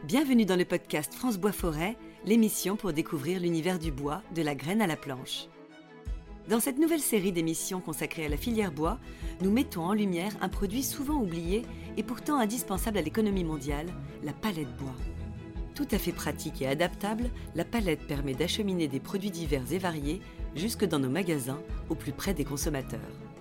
Bienvenue dans le podcast France Bois Forêt, l'émission pour découvrir l'univers du bois, de la graine à la planche. Dans cette nouvelle série d'émissions consacrée à la filière bois, nous mettons en lumière un produit souvent oublié et pourtant indispensable à l'économie mondiale, la palette bois. Tout à fait pratique et adaptable, la palette permet d'acheminer des produits divers et variés jusque dans nos magasins, au plus près des consommateurs.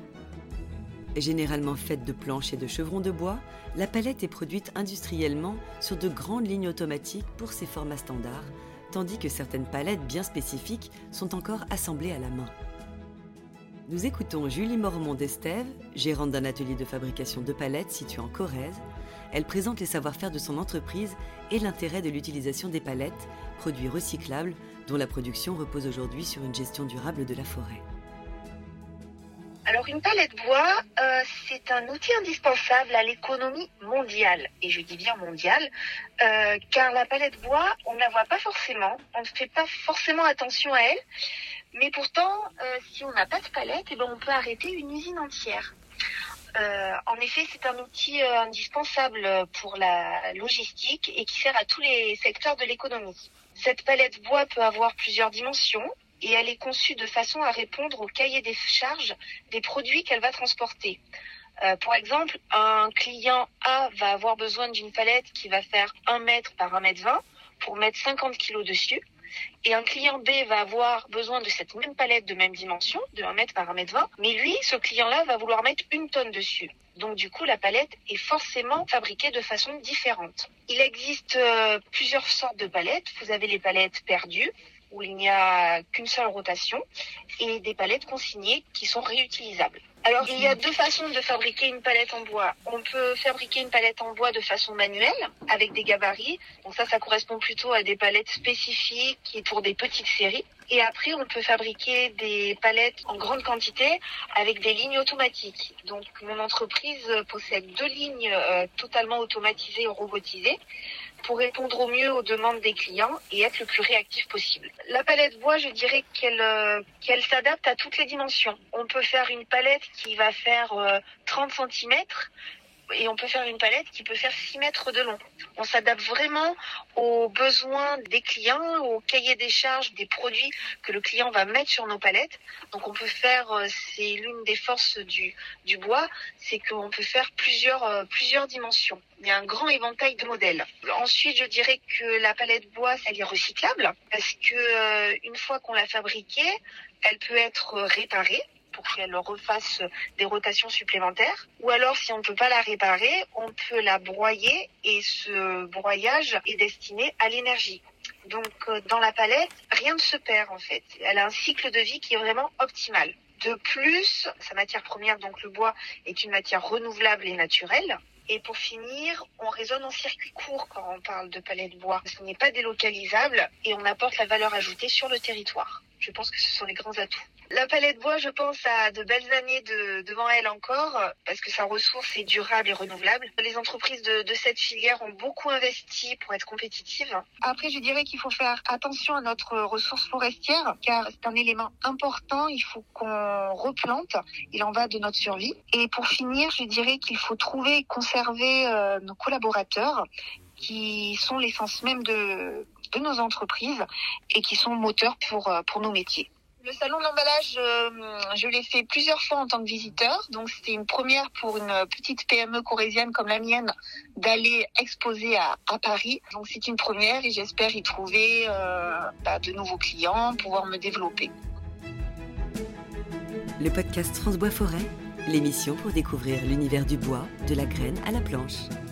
Généralement faite de planches et de chevrons de bois, la palette est produite industriellement sur de grandes lignes automatiques pour ses formats standards, tandis que certaines palettes bien spécifiques sont encore assemblées à la main. Nous écoutons Julie Mormont d'Estève, gérante d'un atelier de fabrication de palettes situé en Corrèze. Elle présente les savoir-faire de son entreprise et l'intérêt de l'utilisation des palettes, produits recyclables dont la production repose aujourd'hui sur une gestion durable de la forêt. Alors une palette bois, c'est un outil indispensable à l'économie mondiale, et je dis bien mondiale, car la palette bois, on ne la voit pas forcément, on ne fait pas forcément attention à elle, mais pourtant, si on n'a pas de palette, on peut arrêter une usine entière. En effet, c'est un outil indispensable pour la logistique et qui sert à tous les secteurs de l'économie. Cette palette bois peut avoir plusieurs dimensions, et elle est conçue de façon à répondre au cahier des charges des produits qu'elle va transporter. Par exemple, un client A va avoir besoin d'une palette qui va faire 1 mètre par 1 mètre 20 pour mettre 50 kg dessus. Et un client B va avoir besoin de cette même palette de même dimension, de 1 mètre par 1 mètre 20. Mais lui, ce client-là, va vouloir mettre 1 tonne dessus. Donc du coup, la palette est forcément fabriquée de façon différente. Il existe plusieurs sortes de palettes. Vous avez les palettes perdues, où il n'y a qu'une seule rotation, et des palettes consignées qui sont réutilisables. Alors, il y a 2 façons de fabriquer une palette en bois. On peut fabriquer une palette en bois de façon manuelle, avec des gabarits. Donc ça correspond plutôt à des palettes spécifiques et pour des petites séries. Et après, on peut fabriquer des palettes en grande quantité avec des lignes automatiques. Donc, mon entreprise possède 2 lignes totalement automatisées et robotisées pour répondre au mieux aux demandes des clients et être le plus réactif possible. La palette bois, je dirais qu'elle s'adapte à toutes les dimensions. On peut faire une palette qui va faire 30 cm et on peut faire une palette qui peut faire 6 mètres de long. On s'adapte vraiment aux besoins des clients, au cahier des charges des produits que le client va mettre sur nos palettes. Donc on peut faire, c'est l'une des forces du bois, c'est qu'on peut faire plusieurs dimensions. Il y a un grand éventail de modèles. Ensuite, je dirais que la palette bois, elle est recyclable parce que une fois qu'on l'a fabriquée, elle peut être réparée pour qu'elle refasse des rotations supplémentaires. Ou alors, si on ne peut pas la réparer, on peut la broyer et ce broyage est destiné à l'énergie. Donc, dans la palette, rien ne se perd en fait. Elle a un cycle de vie qui est vraiment optimal. De plus, sa matière première, donc le bois, est une matière renouvelable et naturelle. Et pour finir, on raisonne en circuit court quand on parle de palette bois. Ce n'est pas délocalisable et on apporte la valeur ajoutée sur le territoire. Je pense que ce sont les grands atouts. La palette bois, je pense, a de belles années devant elle encore parce que sa ressource est durable et renouvelable. Les entreprises de cette filière ont beaucoup investi pour être compétitives. Après, je dirais qu'il faut faire attention à notre ressource forestière car c'est un élément important. Il faut qu'on replante. Il en va de notre survie. Et pour finir, je dirais qu'il faut trouver et conserver nos collaborateurs qui sont l'essence même de nos entreprises et qui sont moteurs pour nos métiers. Le salon de l'emballage, je l'ai fait plusieurs fois en tant que visiteur. Donc, c'était une première pour une petite PME corrézienne comme la mienne d'aller exposer à Paris. Donc, c'est une première et j'espère y trouver de nouveaux clients, pouvoir me développer. Le podcast France Bois Forêt, l'émission pour découvrir l'univers du bois, de la graine à la planche.